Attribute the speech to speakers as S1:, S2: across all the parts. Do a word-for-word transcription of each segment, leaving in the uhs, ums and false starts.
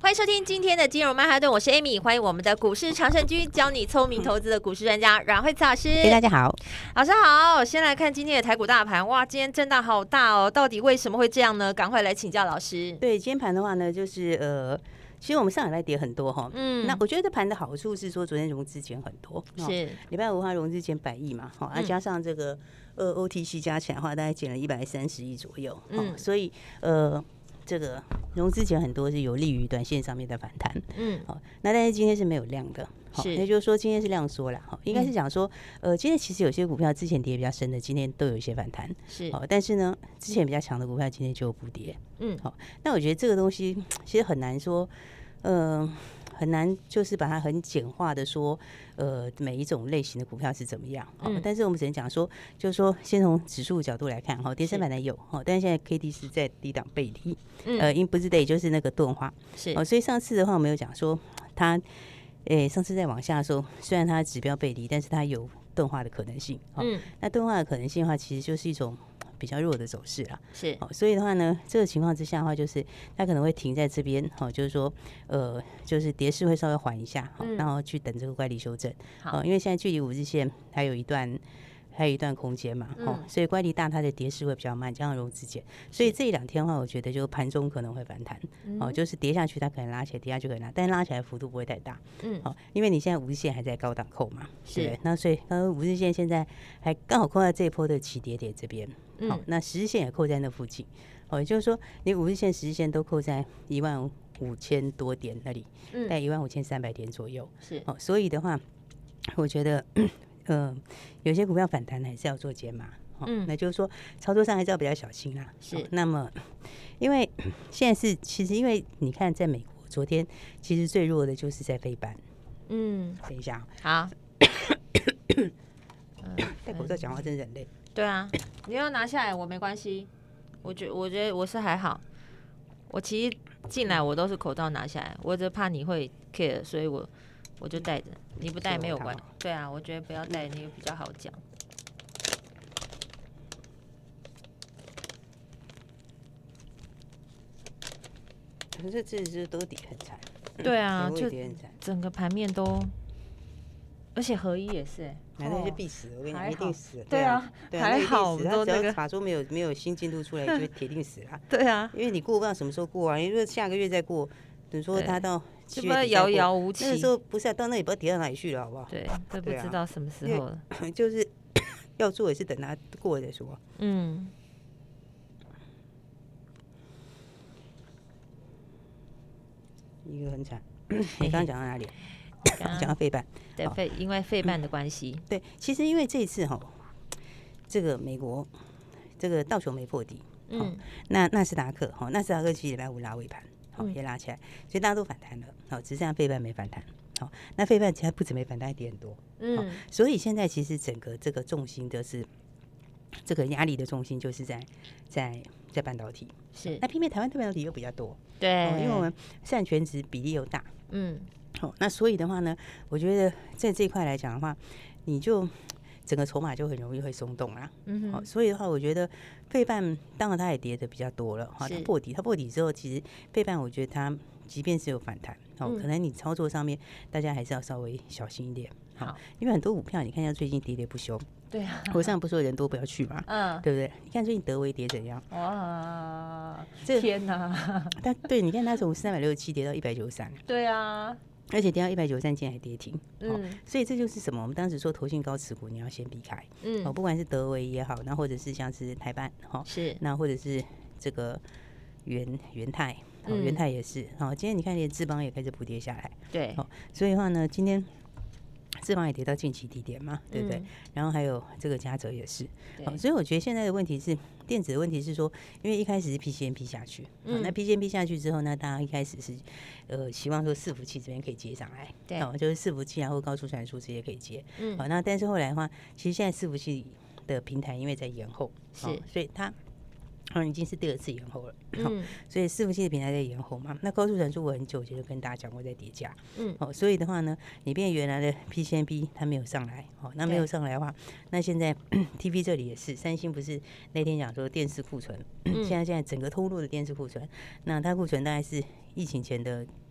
S1: 欢迎收听今天的金融曼哈顿，我是 Amy， 欢迎我们的股市常胜军，教你聪明投资的股市专家阮慧慈老师。
S2: 大家好，
S1: 老师好。先来看今天的台股大盘，哇，今天震荡好大哦，到底为什么会这样呢？赶快来请教老师。
S2: 对，今天盘的话呢，就是呃。其实我们上礼拜跌很多哈，嗯，那我觉得这盘的好处是说，昨天融资减很多，
S1: 是
S2: 礼拜五它融资减百亿嘛，哈、嗯，加上这个呃 O T C 加起来的话，大概减了一百三十亿左右，嗯，所以呃这个融资减很多是有利于短线上面的反弹，嗯，好，那但是今天是没有量的，是，也就是说今天是量缩了，哈，应该是讲说，呃，今天其实有些股票之前跌比较深的，今天都有一些反弹，是，好，但是呢，之前比较强的股票今天就有补跌，嗯，好，那我觉得这个东西其实很难说。呃，很难就是把它很简化的说，呃，每一种类型的股票是怎么样。嗯、但是我们只能讲说，就是说，先从指数角度来看，哈，跌升反弹有，哈，但是现在 K D 是在低档背离，嗯、呃，因不是对，就是那个钝化，是，哦，所以上次的话我们有讲说，它，诶，上次在往下的时候，虽然它指标背离，但是它有钝化的可能性，嗯，那钝化的可能性的话，其实就是一种。比较弱的走势啦，是、哦，所以的话呢，这个情况之下的话，就是它可能会停在这边，哦，就是说，呃，就是跌势会稍微缓一下，好、嗯，然后去等这个乖离修正，好、哦，因为现在距离五日线还有一段。还有一段空间嘛，哦，嗯、所以乖离大，它的跌势会比较慢，加上融资减，所以这一两天的话，我觉得就盘中可能会反弹，嗯、哦，就是跌下去它可能拉起来，跌下去可能拉，但是拉起来幅度不会太大，嗯，好、哦，因为你现在五日线还在高档扣嘛，是对，那所以呃五日线现在还刚好扣在这一波的起跌点这边，好、嗯哦，那十日线也扣在那附近，哦，也就是说你五日线、十日线都扣在一万五千多点那里，嗯，在一万五千三百点左右，是，哦，所以的话，我觉得。呃，有些股票反弹还是要做减码，哦，嗯，那就是说操作上还是要比较小心啦。是，哦，那么因为现在是其实因为你看，在美国昨天其实最弱的就是在费半，嗯，等一下，
S1: 好，
S2: 戴口罩讲话真是很累。
S1: 对啊，你要拿下来我没关系，我觉我觉得我是还好，我其实进来我都是口罩拿下来，我只怕你会 care， 所以我。我就带着，你不带没有关系。对啊，我觉得不要带那个比较好讲。
S2: 可是这只都跌很惨。
S1: 对啊，就整个盘面都，而且合一也是、欸，
S2: 反正就必死，我跟你讲，一定死。
S1: 对啊，还好，
S2: 他只要法说没有没有新进度出来，就铁定死了。
S1: 对啊，
S2: 因为你过不知道什么时候过啊，你说下个月再过，等说他到。
S1: 这么遥遥无期，
S2: 那个时候不是、啊、到那里不知道跌到哪里去了，好不好？
S1: 对，都不知道什么时候了。
S2: 啊、就是要做也是等他过了再说。嗯。一个很惨，你刚刚讲到哪里？讲到费半，
S1: 对费，因为费半的关系、
S2: 嗯。对，其实因为这一次哈，这个美国这个道琼没破底，嗯，那纳斯达克哈，纳斯达克其实礼拜五拉尾盘。好，也拉起来，所以大家都反弹了。好，只剩下费半没反弹。好，那费半其实不止没反弹，还跌很多。嗯，所以现在其实整个这个重心的是这个压力的重心就是在在在半导体。是，那偏偏台湾半导体又比较多。对、哦，因为我们占全值比例又大。嗯，好、哦，那所以的话呢，我觉得在这一块来讲的话，你就。整个筹码就很容易会松动啦，嗯、哦，所以的话，我觉得费半当然它也跌的比较多了，哈、哦，它破底，它破底之后，其实费半我觉得它即便是有反弹，哦，嗯、可能你操作上面大家还是要稍微小心一点，好，因为很多股票你看一下最近跌跌不休，对啊，我上不说人多不要去嘛，嗯，对不对？你看最近德微跌怎样？哇，
S1: 这天哪！
S2: 但对，你看它从三百六十七跌到一百九十三，
S1: 对啊。
S2: 而且跌到一百九十三，竟然还跌停，嗯、哦，所以这就是什么？我们当时说投信高持股，你要先避开，嗯，哦，不管是德微也好，那或者是像是台半，哈、哦，是，那或者是这个元元泰，哦，元泰也是，哦，今天你看连智邦也开始补跌下来，对，哦，所以的话呢，今天智邦也跌到近期低点嘛，对不对？嗯、然后还有这个嘉泽也是，哦，所以我觉得现在的问题是。电子的问题是说，因为一开始是 P C M P 下去，嗯哦、那 P C M P 下去之后呢，大家一开始是呃希望说伺服器这边可以接上来，对，哦，就是伺服器啊或高速传输这些可以接，嗯，好、哦，那但是后来的话，其实现在伺服器的平台因为在延后，是，哦、所以它。嗯，已经是第二次延后了，嗯，所以伺服器的平台在延后嘛，那高速传输我很久前就跟大家讲过在叠加，嗯，哦，所以的话呢，你变原来的 P C M P 它没有上来，哦，那没有上来的话，那现在 T V 这里也是，三星不是那天讲说电视库存，嗯、现在现在整个通路的电视库存，那它库存大概是疫情前的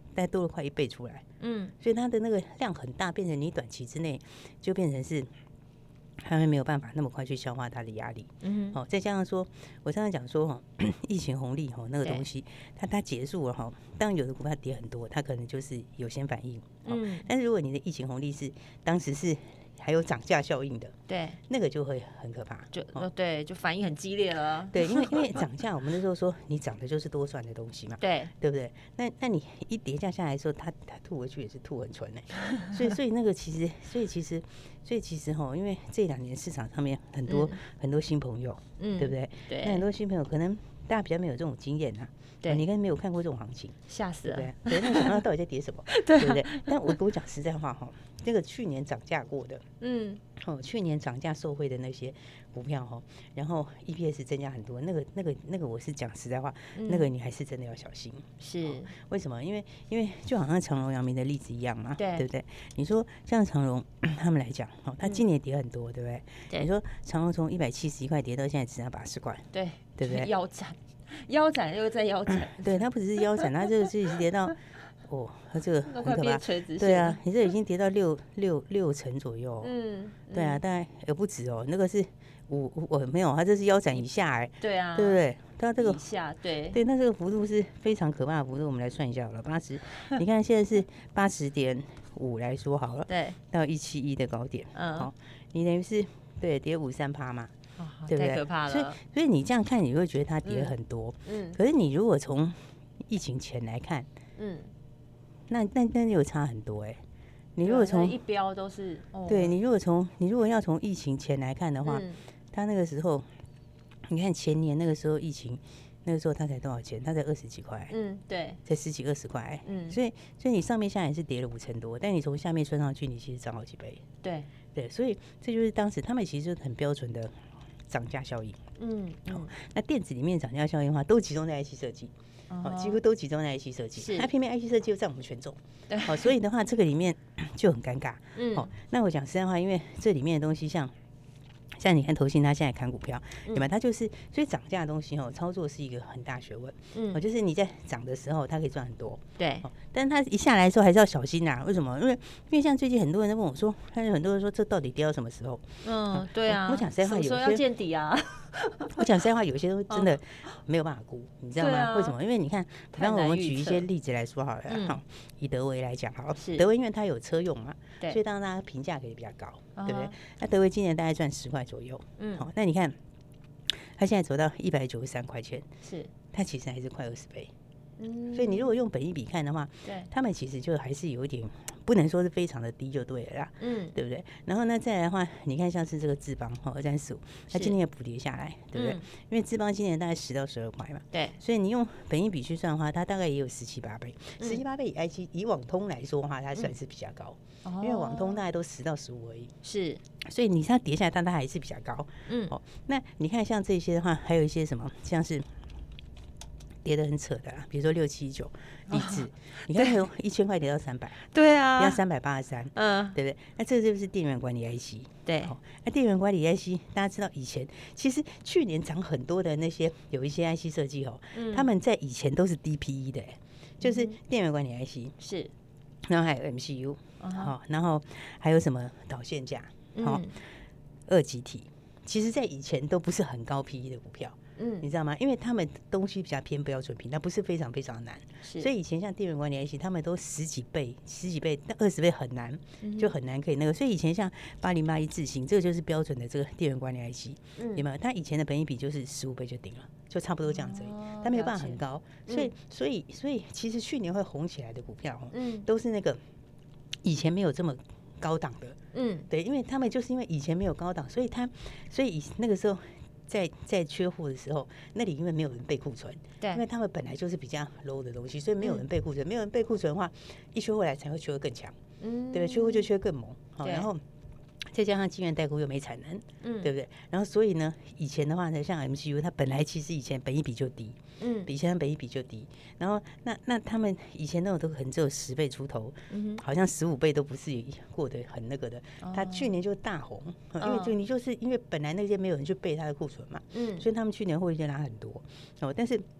S2: 大概多了快一倍出来。
S1: 嗯，
S2: 所以它的那个量很大，变成你短期之内就变成是。他们没有办法那么快去消化它的压力，嗯，好、哦，再加上说，我刚才讲说哈，疫情红利哈那个东西，它它结束了哈，当然有的股票跌很多，它可能就是有先反应，嗯、哦，但是如果你的疫情红利是当时是还有涨价效应的，
S1: 对，
S2: 那个就会很可怕，
S1: 就哦对，就反应很激烈了，
S2: 对，因为因为涨价，我们那时候说你涨的就是多赚的东西嘛，
S1: 对，
S2: 对不对？那那你一跌价下来的时候，它它吐回去也是吐很纯呢，所以所以那个其实，所以其实。所以其实哈，因为这两年市场上面很多、嗯、很多新朋友，嗯，对不对？
S1: 对，
S2: 那很多新朋友可能大家比较没有这种经验啊，对，你应该没有看过这种行情，
S1: 吓死了，
S2: 对不对？对，那想到到底在跌什么，对, 对不对？但我我讲实在话哈，那个去年涨价过的，嗯，哦，去年涨价受惠的那些股票哈，然后 E P S 增加很多，那个那个那个我是讲实在话，嗯、那个你还是真的要小心，
S1: 是、哦、
S2: 为什么？因为因为就好像长荣、阳明的例子一样嘛，
S1: 对，
S2: 对不对？你说像长荣他们来讲，哦，他今年跌很多，对不对？对，你说长荣从一百七十一块跌到现在只剩八十块，
S1: 对，
S2: 对不对？
S1: 腰斩，腰斩又在腰斩，
S2: 嗯、对，它不只是腰斩，它这个是跌到。哦，它这个很可怕，对啊，你这已经跌到六六六成左右，嗯，对啊，大概也不止哦，那个是五我没有，它这是腰斩以下哎，
S1: 对啊，
S2: 对不对？它这个
S1: 以下，对
S2: 对，那这个幅度是非常可怕的幅度，我们来算一下好了，八十，你看现在是八十点五来说好了，
S1: 对，
S2: 到一七一的高点，嗯，好，你等于是对跌五三趴嘛，
S1: 哦、
S2: 对不对？
S1: 太可怕了，
S2: 所以所以你这样看，你会觉得它跌很多，嗯，可是你如果从疫情前来看，嗯。那那那有差很多哎、欸，你如果从
S1: 一标都是，
S2: 哦、对你如果从你如果要从疫情前来看的话，嗯、他那个时候，你看前年那个时候疫情，那个时候他才多少钱？他才二十几块，
S1: 嗯，对，
S2: 才十几二十块，嗯，所以所以你上面下来是跌了五成多，但你从下面算上去，你其实涨好几倍，
S1: 对
S2: 对，所以这就是当时他们其实很标准的涨价效应，嗯，嗯哦，那电子里面涨价效应的话，都集中在 I C 设计。哦，几乎都集中在 I C 设计，它偏偏 I C 设计又占我们权重，对，好、哦，所以的话，这个里面就很尴尬。嗯，好、哦，那我讲实在话，因为这里面的东西像。像你看投信，它现在看股票，对吧？它就是所以涨价的东西哦，操作是一个很大学问。嗯，哦，就是你在涨的时候，它可以赚很多，
S1: 对。
S2: 哦，但是它一下来的时候还是要小心呐、啊。为什么？因为因为像最近很多人都问我说，还有很多人说这到底跌到什么时候？
S1: 嗯，对啊。
S2: 我讲实在话，有些
S1: 要见底啊。
S2: 我讲实在话，有些都真的没有办法估，你知道吗？
S1: 啊、
S2: 为什么？因为你看，比方我们举一些例子来说好了，嗯、好，以德微来讲，好，德微因为它有车用嘛，所以当然它评价可以比较高，对不对？那德微今年大概赚十块左右，嗯，好，那你看，它现在走到一百九十三块钱，
S1: 是，
S2: 它其实还是快二十倍。嗯，所以你如果用本益比看的话，对，他们其实就还是有一点，不能说是非常的低就对了啦，嗯，对不对？然后呢，再来的话，你看像是这个智邦哈二三四五，它今天也补跌下来，对不对？嗯、因为智邦今年大概十到十二块嘛，
S1: 对，
S2: 所以你用本益比去算的话，它大概也有十七八倍，十七八倍以 I G 以网通来说的话，它算是比较高，嗯、因为网通大概都十到十五而已，
S1: 是，
S2: 所以你它跌下来，但它还是比较高，嗯，哦，那你看像这些的话，还有一些什么，像是。跌得很扯的啦，比如说六七九励志，哦、你看从一千块跌到三百，
S1: 对啊，
S2: 跌到三百八十三，嗯，对不对？那这个就是电源管理 I C，
S1: 对，
S2: 哦，那电源管理 I C， 大家知道以前其实去年涨很多的那些有一些 I C 设计哦，嗯、他们在以前都是 D P E 的，就是电源管理 I C
S1: 是，
S2: 然后还有 M C U， 好、哦，然后还有什么导线架，好、哦，嗯、二极体，其实在以前都不是很高 P E 的股票。嗯，你知道吗？因为他们东西比较偏标准品，但不是非常非常难，所以以前像电源管理 I C， 他们都十几倍、十几倍、二十倍很难，嗯、就很难可以那个。所以以前像八零八一智新，这个就是标准的这个电源管理 I C，嗯，有没有？它以前的本益比就是十五倍就顶了，就差不多这样子，哦、它没有办法很高。所以，嗯、所以，所以，其实去年会红起来的股票，嗯，都是那个以前没有这么高档的，嗯，对，因为他们就是因为以前没有高档，所以他，所以那个时候。在在缺货的时候，那里因为没有人备库存，对，因为他们本来就是比较 low 的东西，所以没有人备库存，嗯、没有人备库存的话，一缺货来才会缺得更强，嗯，对，缺货就缺更猛，好，然后再加上晶圆代工又没产能，嗯，对不对？然后所以呢，以前的话呢，像 M C U， 它本来其实以前本益比就低，嗯，比以前本益比就低，然后那那他们以前那种都可能只有十倍出头，嗯，好像十五倍都不是过得很那个的，哦、他去年就大红，哦、因为就你就是因为本来那些没有人去备他的库存嘛，嗯，所以他们去年获利就拿很多，哦，但是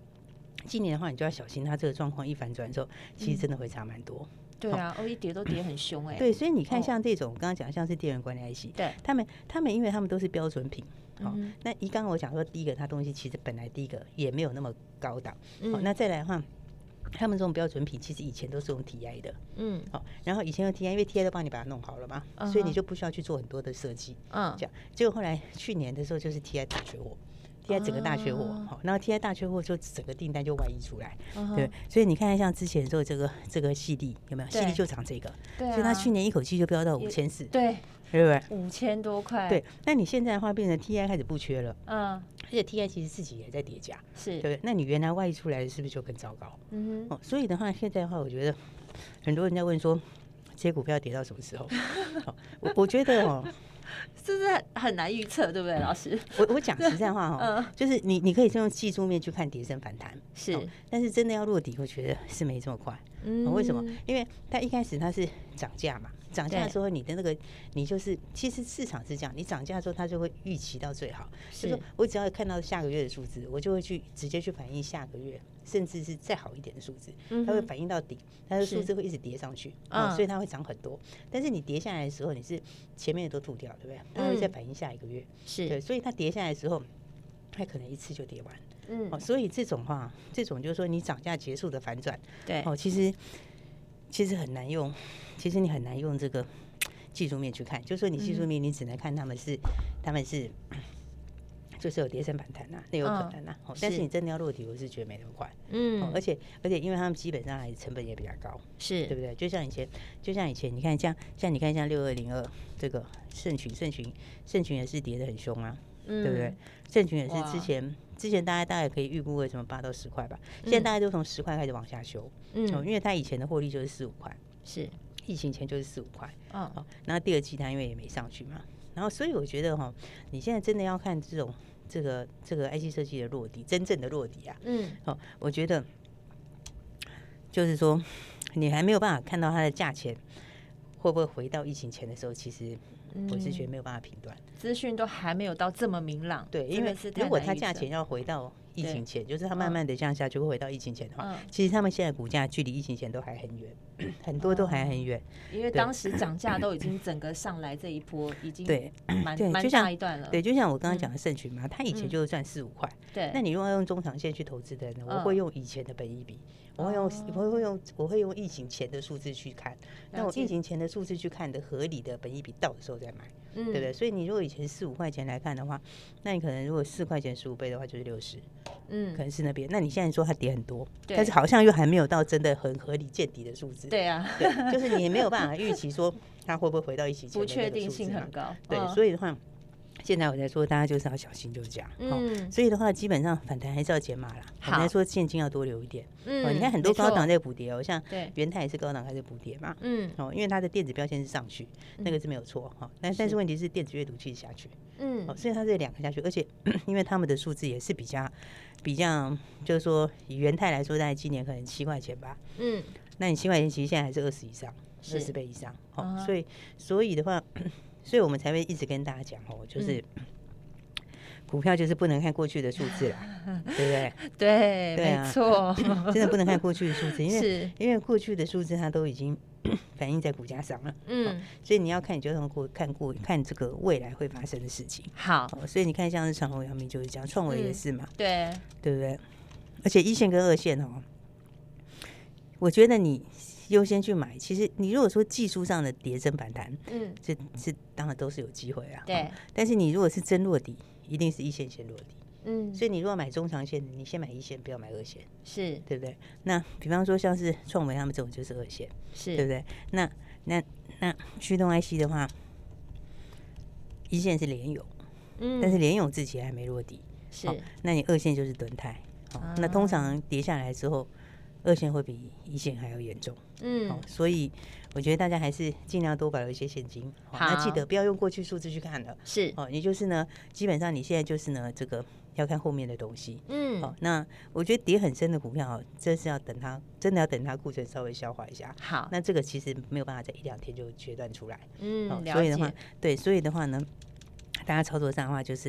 S2: 今年的话，你就要小心，它这个状况一反转之后，其实真的会差蛮多。
S1: 对啊，哦，一跌都跌很凶哎、欸。
S2: 对，所以你看像这种，我刚刚讲像是电源管理 I C，
S1: 对，
S2: 他们他们因为他们都是标准品。好、
S1: 嗯，
S2: 那一刚刚我讲说，第一个它东西其实本来第一个也没有那么高档。
S1: 嗯，
S2: 好，那再来的话，他们这种标准品其实以前都是用 T I 的。
S1: 嗯，
S2: 好，然后以前用 T I， 因为 T I 都帮你把它弄好了嘛，
S1: 嗯、
S2: 所以你就不需要去做很多的设计。
S1: 嗯，
S2: 这样，结果后来去年的时候就是 T I 大缺货。T I 整个大缺货，好、哦，然后 T I 大缺货，就整个订单就外溢出来，嗯、对，所以你看像之前做这个这个细粒有没有？细粒就涨这个，
S1: 对、啊，
S2: 所以它去年一口气就飙到五千四，
S1: 对，
S2: 对不对？
S1: 五千多块，
S2: 对。那你现在的话变成 T I 开始不缺了，
S1: 嗯，
S2: 而且 T I 其实自己也在叠加，
S1: 是，
S2: 对不对？那你原来外溢出来的是不是就更糟糕？嗯哼，哦，所以的话，现在的话，我觉得很多人在问说，这些股票跌到什么时候？哦，我我觉得哦。
S1: 是不是很难预测，对不对，老师？
S2: 我我讲实在话哈、哦，嗯、就是你你可以先用技术面去看跌升反弹，
S1: 是、
S2: 哦，但是真的要落底，我觉得是没这么快。嗯、哦，为什么？因为它一开始它是涨价嘛，涨价的时候你的那个你就是其实市场是这样，你涨价的时候它就会预期到最好，就是说我只要看到下个月的数字，我就会去直接去反映下个月。甚至是再好一点的数字，它会反映到底，它的数字会一直叠上去，哦、所以它会涨很多。但是你跌下来的时候，你是前面的都吐掉，对不对？它会再反映下一个月，
S1: 是
S2: 对，所以它跌下来的时候，它可能一次就跌完。
S1: 嗯，
S2: 哦，所以这种话，这种就是说你涨价结束的反转，
S1: 对，
S2: 哦，其实其实很难用，其实你很难用这个技术面去看，就是说你技术面你只能看他们是他们是。就是有跌升反弹呐，那有可能呐、啊。嗯、但是你真的要落底，我是觉得没那么快。嗯、哦，而且而且，因为他们基本上还成本也比较高，
S1: 是
S2: 对不对？就像以前，就像以前，你看像像你看像六二零二这个盛群，盛群盛群也是跌得很凶啊，嗯、对不对？盛群也是之前之前大家大概可以预估为什么八到十块吧，现在大家都从十块开始往下修，嗯、哦，因为它以前的获利就是四五块，
S1: 是
S2: 疫情前就是四五块，
S1: 嗯，
S2: 哦，然后第二季它因为也没上去嘛。然后，所以我觉得哈、哦，你现在真的要看这种这个这个 I C 设计的落地，真正的落地啊，嗯，好、哦，我觉得就是说，你还没有办法看到它的价钱会不会回到疫情前的时候，其实我是觉得没有办法评断，
S1: 资讯都还没有到这么明朗。
S2: 对，因为如果它价钱要回到疫情前，就是它慢慢的降下去，会回到疫情前的话，嗯、其实他们现在股价距离疫情前都还很远。很多都还很远、
S1: 嗯，因为当时涨价都已经整个上来这一波已经
S2: 对
S1: 蛮蛮大一段了。
S2: 对，就像我刚刚讲的盛群嘛，它以前就是赚四五块。对，那你如果要用中长线去投资的人，我会用以前的本益比，我会用我会用我会用疫情前的数字去看。那我疫情前的数字去看的合理的本益比到的时候再买，对不对？所以你如果以前四五块钱来看的话，那你可能如果四块钱十五倍的话就是六十。嗯，可能是那边。那你现在说它跌很多，但是好像又还没有到真的很合理见底的数字。
S1: 对啊，
S2: 对，就是你也没有办法预期说它会不会回到一起前的那个数字嘛，
S1: 不确定性很高。
S2: 对，哦、所以的话，现在我在说大家就是要小心，就是这样。嗯、哦，所以的话，基本上反弹还是要减码啦。我们在说现金要多留一点。嗯、哦，你看很多高档在补跌哦，像元泰也是高档开始补跌嘛。嗯，哦，因为它的电子标签是上去，那个是没有错哈。但、哦、但是问题是电子阅读器下去。嗯，哦，所以它这两个下去，而且因为他们的数字也是比较比较，就是说以元泰来说，大概今年可能七块钱吧。嗯，那你七块钱其实现在还是二十以上，二十倍以上。哦， uh huh. 所以所以的话，所以我们才会一直跟大家讲哦，就是。嗯股票就是不能看过去的数字啦，对不对？
S1: 对，对啊、没错，
S2: 真的不能看过去的数字，因为因为过去的数字它都已经反映在股价上了，嗯，所以你要看，你就要过看过看这个未来会发生的事情。
S1: 好，
S2: 所以你看，像是长荣、阳明就是这样，创维也是嘛，
S1: 嗯、对，
S2: 对不对？而且一线跟二线哦，我觉得你优先去买。其实你如果说技术上的跌升反弹，嗯，这这当然都是有机会啊。
S1: 对，
S2: 但是你如果是真落底，一定是一线先落底。嗯，所以你如果买中长线，你先买一线，不要买二线，
S1: 是
S2: 对不对？那比方说像是创维他们这种就是二线，是对不对？那那那驱动 I C 的话，一线是联咏，嗯，但是联咏自己还没落底，是、哦。那你二线就是敦泰，哦，啊、那通常跌下来之后，二线会比一线还要严重，嗯、哦，所以我觉得大家还是尽量多保留一些现金，哦、那记得不要用过去数字去看了，
S1: 是
S2: 哦，也就是呢，基本上你现在就是呢，这个要看后面的东西，嗯，好、哦，那我觉得跌很深的股票，这是要等它真的要等它库存稍微消化一下，
S1: 好，
S2: 那这个其实没有办法在一两天就决断出来，
S1: 嗯，
S2: 哦、所以的话，对，所以的话呢，大家操作上的话就是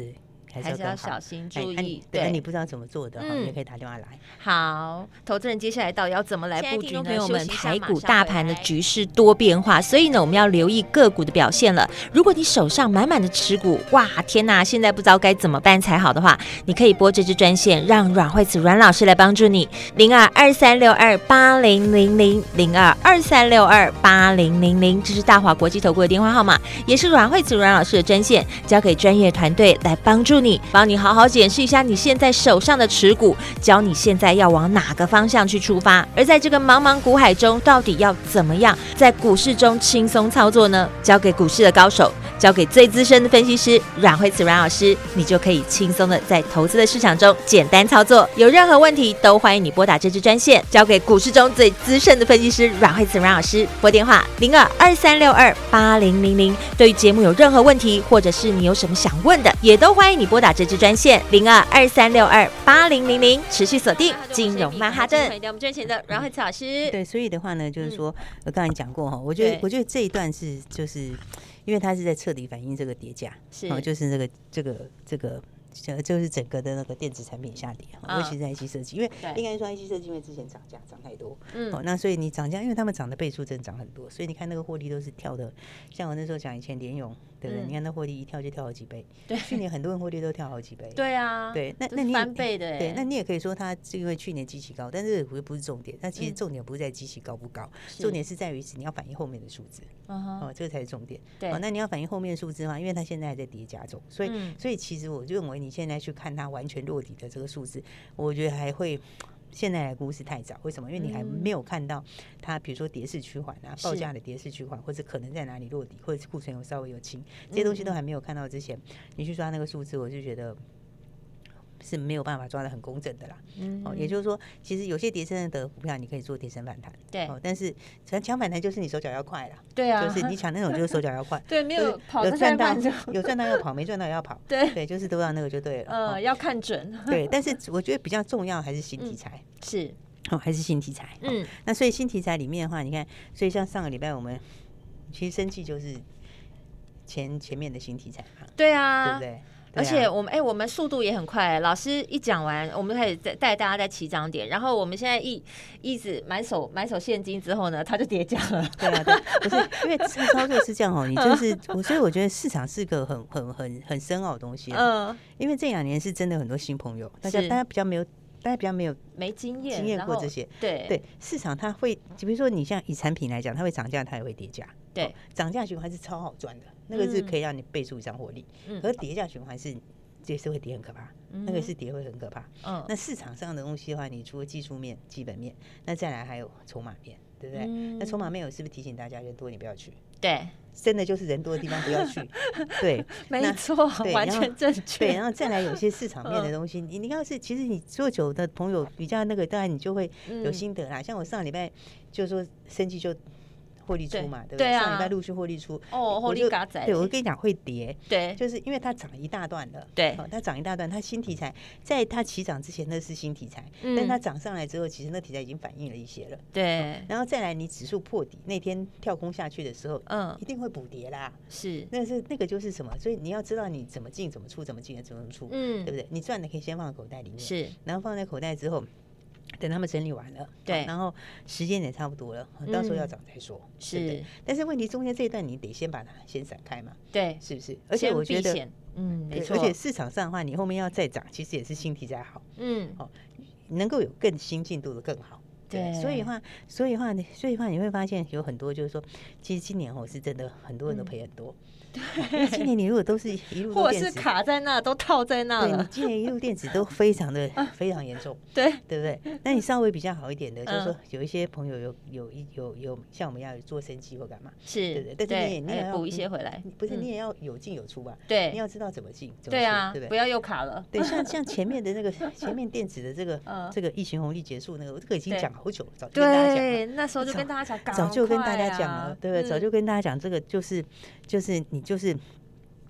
S2: 还是要更好，
S1: 小心注意。
S2: 对，那你不知道怎么做的，你也可以打电话来。
S1: 好，投资人接下来到底要怎么来布局呢？
S3: 朋友们，台股大盘的局势多变化，所以呢，我们要留意个股的表现了。如果你手上满满的持股，哇，天哪，现在不知道该怎么办才好的话，你可以拨这支专线，让阮慧慈阮老师来帮助你。零二二三六二八零零零零二二三六二八零零零，这是大华国际投顾的电话号码，也是阮慧慈阮老师的专线，交给专业团队来帮助你，帮你好好检视一下你现在手上的持股，教你现在要往哪个方向去出发。而在这个茫茫股海中，到底要怎么样在股市中轻松操作呢？交给股市的高手，交给最资深的分析师阮慧慈阮老师，你就可以轻松的在投资的市场中简单操作。有任何问题都欢迎你拨打这支专线，交给股市中最资深的分析师阮慧慈阮老师，拨电话零二二三六二八零零零。对于节目有任何问题，或者是你有什么想问的，也都欢迎你拨打这支专线零二二三六二八零零零，持续锁定金融曼哈顿。
S1: 我们赚钱的阮慧慈老师。
S2: 对，所以的话呢，就是说我刚才讲过哈，我觉得我觉得这一段是就是因为它是在彻底反映这个跌价，
S1: 是
S2: 就是这个这个这个。就是整个的那个电子产品下跌，尤其是 I C 设计，因为应该说 I C 设计因为之前涨价涨太多，嗯，哦，那所以你涨价，因为他们涨的倍数真的涨很多，所以你看那个获利都是跳的，像我那时候讲以前联咏，对不对？你看那获利一跳就跳好几倍，对，去年很多人获利都跳好几倍，
S1: 对啊，
S2: 对，那那你
S1: 翻倍的，
S2: 对，那你也可以说它是因为去年基期高，但是不是重点，那其实重点不是在基期高不高，重点是在于你要反映后面的数字，哦，这个才是重点，对，那你要反映后面的数字的话，因为它现在还在叠加中，所以所以其实我认为你现在去看它。它完全落底的这个数字，我觉得还会现在来估是太早。为什么？因为你还没有看到它，比如说跌势趋缓啊，报价的跌势趋缓，或者可能在哪里落底，或者是库存有稍微有清，这些东西都还没有看到之前，你去抓那个数字，我就觉得是没有办法抓得很公正的啦。嗯，哦，也就是说，其实有些跌升的股票，你可以做跌升反弹，
S1: 对，
S2: 哦，但是抢反弹就是你手脚要快啦，
S1: 对啊，
S2: 就是你抢那种就是手脚要快，
S1: 对，没有跑
S2: 有赚到有赚到要跑，没赚到要跑，
S1: 对
S2: 对，就是都要那个就对了，
S1: 呃，哦、要看准，
S2: 对，但是我觉得比较重要还是新题材，
S1: 嗯、是
S2: 哦，还是新题材，嗯，那所以新题材里面的话，你看，所以像上个礼拜我们其实生技就是前前面的新题材嘛，
S1: 对啊，
S2: 对不对？
S1: 而且我们哎、欸，我们速度也很快。老师一讲完，我们开始带大家在起涨点，然后我们现在一一直买手买手现金之后呢，它就跌价了。
S2: 对啊，对，不是因为操作是这样哦，你就是我，所以我觉得市场是个很很很很深奥的东西。嗯，因为这两年是真的很多新朋友，大家大家比较没有。大家比较没有
S1: 没经验，
S2: 经验过这些，
S1: 对
S2: 对，市场它会，比如说你像以产品来讲，它会涨价，它也会跌价，
S1: 对，
S2: 涨价循环是超好赚的，那个是可以让你倍数以上获利，嗯，可是跌价循环是这是会跌很可怕，嗯、那个是跌会很可怕，嗯，那市场上的东西的话，你除了技术面、基本面，那再来还有筹码面，对不对？嗯、那筹码面我是不是提醒大家人多你不要去？
S1: 对。
S2: 真的就是人多的地方不要去，对，
S1: 没错，完全正确。
S2: 对，然后再来有些市场面的东西，你你要是其实你做久的朋友比较那个，当然你就会有心得啦。嗯、像我上礼拜就说生技就获利出嘛，对不对？上礼拜陆续获利出，
S1: 哦，获利嘎仔。
S2: 对，我跟你讲会跌，
S1: 对，
S2: 就是因为它涨一大段了，
S1: 对，
S2: 它涨一大段，它新题材在它起涨之前那是新题材，但它涨上来之后，其实那题材已经反映了一些了，
S1: 对。
S2: 然后再来你指数破底那天跳空下去的时候，嗯，一定会补跌啦，
S1: 是，
S2: 那是那个就是什么？所以你要知道你怎么进、怎么出、怎么进、怎么出，嗯，对不对？你赚的可以先放在口袋里面，
S1: 是，
S2: 然后放在口袋之后。等他们整理完了，对，然后时间也差不多了，到时候要涨再说，嗯、是对。但是问题中间这一段你得先把它先闪开嘛，
S1: 对，
S2: 是不是？而且我觉得，
S1: 嗯，没错。
S2: 而且市场上的话，你后面要再涨，其实也是新题材好，嗯，哦，能够有更新进度的更好。对，所以的话，所以的话，所以的话，你会发现有很多就是说，其实今年哦是真的很多人都赔很多。对，今年你如果都是一路
S1: 或者是卡在那，都套在那了，
S2: 对，你今年一路电子都非常的非常严重，
S1: 对，
S2: 对不对？那你稍微比较好一点的，就是说有一些朋友有有有有像我们要做生计或干嘛，
S1: 是，
S2: 对不对？但是你也你也要
S1: 补一些回来，
S2: 不是你也要有进有出吧？
S1: 对，
S2: 你要知道怎么进，
S1: 对啊，
S2: 对不对？
S1: 不要又卡了。
S2: 对，像像前面的那个前面电子的这个这个疫情红利结束那个，我这个已经讲好久了，早就跟大家讲了，
S1: 那时候就跟大家讲，
S2: 早就跟大家讲了，对不对？早就跟大家讲这个就是就是你就是。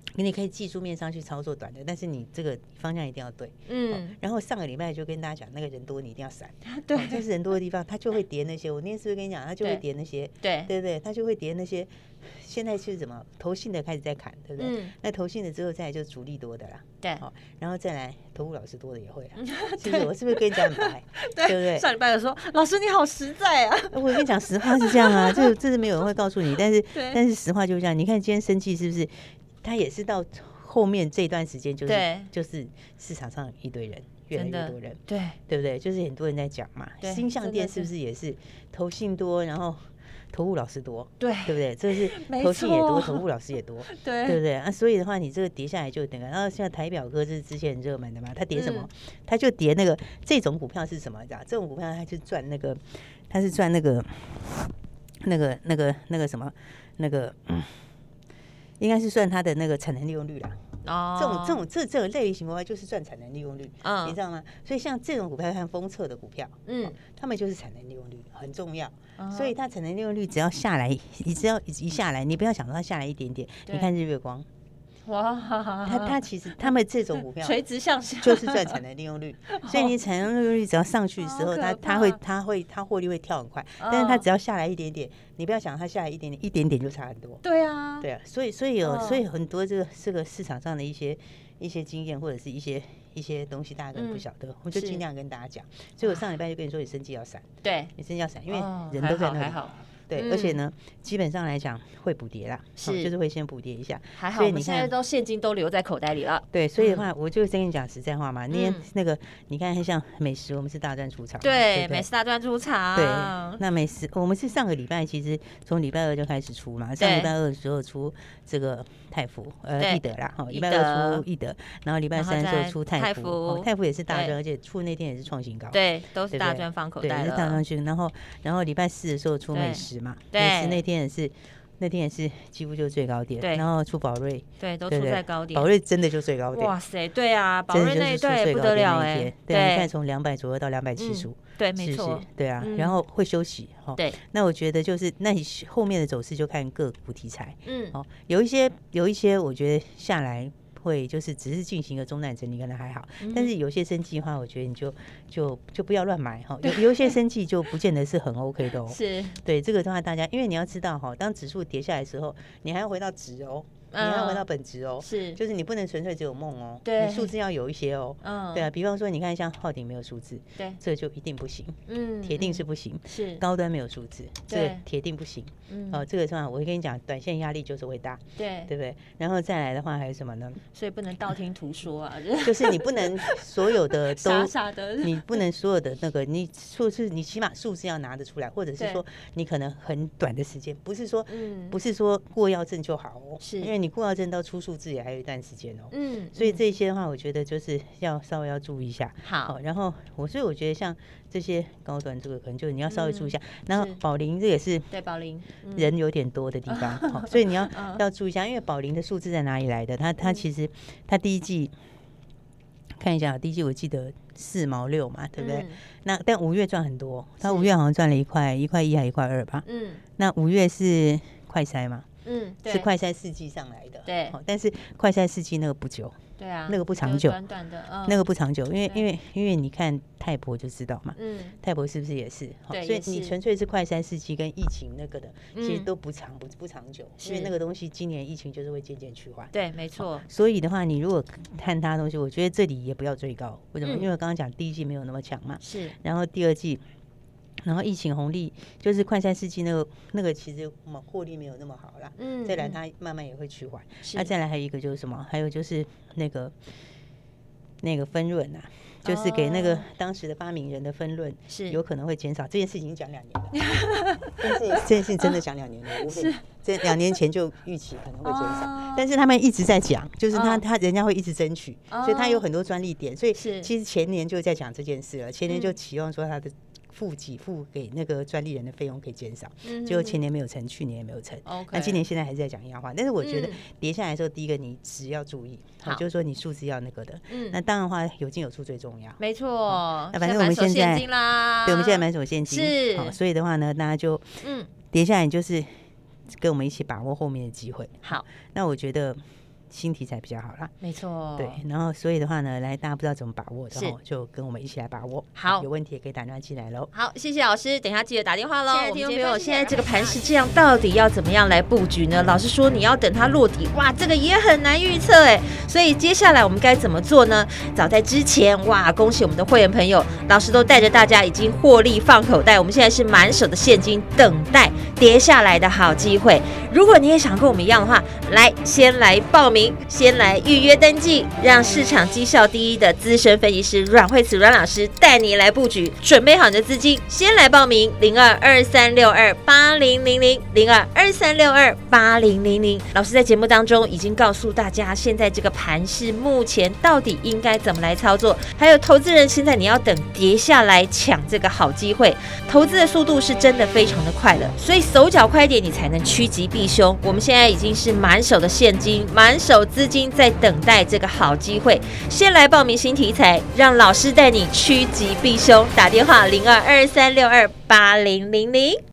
S2: 你可以技术面上去操作短的，但是你这个方向一定要对。
S1: 嗯、
S2: 哦，然后上个礼拜就跟大家讲，那个人多你一定要闪。
S1: 对，
S2: 哦，就是人多的地方，它就会跌那些。我那天是不是跟你讲，它就会跌那些？
S1: 对，
S2: 对不对？它就会跌那些。现在是什么？投信的开始在砍，对不对？嗯、那投信的之后再来就是主力多的啦。
S1: 对，
S2: 好、哦，然后再来投顾老师多的也会啊。是不是？我是不是跟你讲很白？
S1: 对，
S2: 对不对？
S1: 上礼拜的说，老师你好实在啊。
S2: 我跟你讲实话是这样啊，这这是没有人会告诉你，但是但是实话就是这样。你看今天生气是不是？它也是到后面这段时间就是就是市场上一堆人，越来越多人，
S1: 对
S2: 对不对？就是很多人在讲嘛。新象店是不是也是投信多，然后投顾老师多，
S1: 对
S2: 对不对？这是投信也多，投顾老师也多，
S1: 对
S2: 对不对啊？所以的话，你这个跌下来就等个，然后像台表哥是之前很热门的嘛，它跌什么？它就跌那个这种股票是什么？这种股票它就赚那个，它是赚那个那个那个那个什么那个。嗯应该是算它的那个产能利用率啦。哦，这种这种这这种类型的话，就是赚产能利用率，嗯，你知道吗？所以像这种股票，看封测的股票，嗯，哦、他们就是产能利用率很重要。哦、所以它产能利用率只要下来，你只要一下来，你不要想说它下来一点点，你看日月光。哇，它它其实他们这种股票
S1: 垂直向下，
S2: 就是赚产能利用率，所以你产能利用率只要上去的时候，它它会它会它获利会跳很快，但是它只要下来一点点，你不要想它下来一点点，一点点就差很多。
S1: 对啊，
S2: 对啊，所以所以有所以很多这个这个市场上的一些一些经验或者是一些一些东西，大家可能不晓得，我就尽量跟大家讲。所以我上礼拜就跟你说，你生气要闪，
S1: 对，
S2: 你生气要闪，因为人都在那里。对，嗯、而且呢，基本上来讲会补跌啦，是、哦，就是会先补跌一下。
S1: 还好，我们现在都现金都留在口袋里了。
S2: 对，所以的话，嗯、我就跟你讲实在话嘛，那天、嗯、那个你看，像美食，我们是大赚出场，
S1: 对，美食大赚出场。
S2: 对，那美食我们是上个礼拜其实从礼拜二就开始出嘛，上礼拜二的时候出这个泰福，呃，易德啦，哈，礼拜二出易德，然后礼拜三的时候出泰福，哦、泰福也是大赚，而且出那天也是创新高，
S1: 对，都是大赚放口袋了，
S2: 对，是大赚去，然后然后礼拜四的时候出美食。
S1: 对，
S2: 美食那天也是，那天也是几乎就是最高点，
S1: 对，
S2: 然后出宝瑞，
S1: 对，都出在高点，
S2: 宝瑞真的就最高点，
S1: 哇塞，对啊，宝瑞那一对不得了哎，
S2: 对，你看从两百左右到两百七十五，
S1: 对，没错，
S2: 对啊，然后会休息哈，
S1: 对，
S2: 那我觉得就是那你后面的走势就看个股题材，嗯，哦，有一些有一些我觉得下来。会就是只是进行一个中段整理，可能还好，嗯、但是有些生技的话，我觉得你就就就不要乱买哈。有有一些生技就不见得是很 OK 的哦。
S1: 是，
S2: 对这个的话，大家因为你要知道哈，当指数跌下来的时候，你还要回到值哦。你要回到本质哦，
S1: 是，
S2: 就是你不能纯粹只有梦哦，
S1: 对，
S2: 你数字要有一些哦，嗯，对啊，比方说你看像浩鼎没有数字，
S1: 对，
S2: 这就一定不行，嗯，铁定是不行，
S1: 是，
S2: 高端没有数字，这个铁定不行，嗯，哦，这个上我会跟你讲，短线压力就是会大，
S1: 对，
S2: 对不对？然后再来的话还有什么呢？
S1: 所以不能道听途说啊，
S2: 就是你不能所有的都
S1: 傻傻的，
S2: 你不能所有的那个你数字，你起码数字要拿得出来，或者是说你可能很短的时间，不是说，嗯，不是说过药证就好哦，是因为你过药证到出数字也还有一段时间哦，嗯，所以这些的话，我觉得就是要稍微要注意一下。
S1: 好，
S2: 然后我所以我觉得像这些高端这个可能就你要稍微注意一下。然后宝林这也是
S1: 对宝林
S2: 人有点多的地方，好，所以你要要注意一下，因为宝林的数字在哪里来的？它它其实它第一季看一下，第一季我记得四毛六嘛，对不对？那但五月赚很多，它五月好像赚了一块一块一还一块二吧？嗯，那五月是快筛嘛？嗯，是快筛四季上来的，
S1: 对，
S2: 但是快筛四季那个不久，
S1: 对啊，
S2: 那个不长久，
S1: 短短的，嗯、
S2: 那个不长久，因为因为因为你看泰博就知道嘛，嗯，泰博是不是也是？
S1: 对，
S2: 所以你纯粹是快筛四季跟疫情那个的，嗯、其实都不长不不长久，因为那个东西今年疫情就是会渐渐趋缓，
S1: 对，没错。
S2: 所以的话，你如果看它的东西，我觉得这里也不要追高，为什么？嗯、因为我刚刚讲第一季没有那么强嘛，
S1: 是，
S2: 然后第二季。然后疫情红利就是快筛试剂那个那个其实我们获利没有那么好啦，嗯，再来它慢慢也会趋缓，那、啊、再来还有一个就是什么？还有就是那个那个分润啊，就是给那个当时的发明人的分润是有可能会减少，这件事已经讲两年了，但是这件事情真的讲两年了，是这两年前就预期可能会减少，哦、但是他们一直在讲，就是他、哦、他人家会一直争取，哦、所以他有很多专利点，所以其实前年就在讲这件事了，前年就期望说他的。付给付给那个专利人的费用可以减少，嗯、结果前年没有成，去年也没有成。Okay, 那今年现在还是在讲一样话，但是我觉得跌下来的时候，嗯、第一个你只要注意，好，就是说你数字要那个的。嗯，那当然的话，有进有出最重要。
S1: 没错。
S2: 那反正我们现在，
S1: 现啦
S2: 对，我们现在买手现金
S1: 是，
S2: 好，所以的话呢，大家就嗯跌下来，就是跟我们一起把握后面的机会。
S1: 好，
S2: 那我觉得新题材比较好啦。
S1: 没错，
S2: 对，然后所以的话呢，来大家不知道怎么把握的
S1: 是
S2: 话，就跟我们一起来把握。
S1: 好
S2: 有问题也可以打电话进来喽。
S1: 好，谢谢老师，等一下记得打电话喽。
S3: 亲爱的听众朋友，
S1: 现在这个盘势这样，到底要怎么样来布局呢？老师说你要等它落底，哇，这个也很难预测哎。所以接下来我们该怎么做呢？早在之前，哇，恭喜我们的会员朋友，老师都带着大家已经获利放口袋，我们现在是满手的现金，等待跌下来的好机会。如果你也想跟我们一样的话，来先来报名，先来预约登记，让市场绩效第一的资深分析师阮慧慈阮老师带你来布局，准备好你的资金，先来报名零二二三六二八零零零零二二三六二八零零零。老师在节目当中已经告诉大家，现在这个盘势目前到底应该怎么来操作，还有投资人现在你要等跌下来抢这个好机会，投资的速度是真的非常的快了，所以手脚快一点，你才能趋吉避凶。我们现在已经是满手的现金，满手资金在等待这个好机会，先来报名新题材，让老师带你趋吉避凶。打电话零二二三六二八零零零。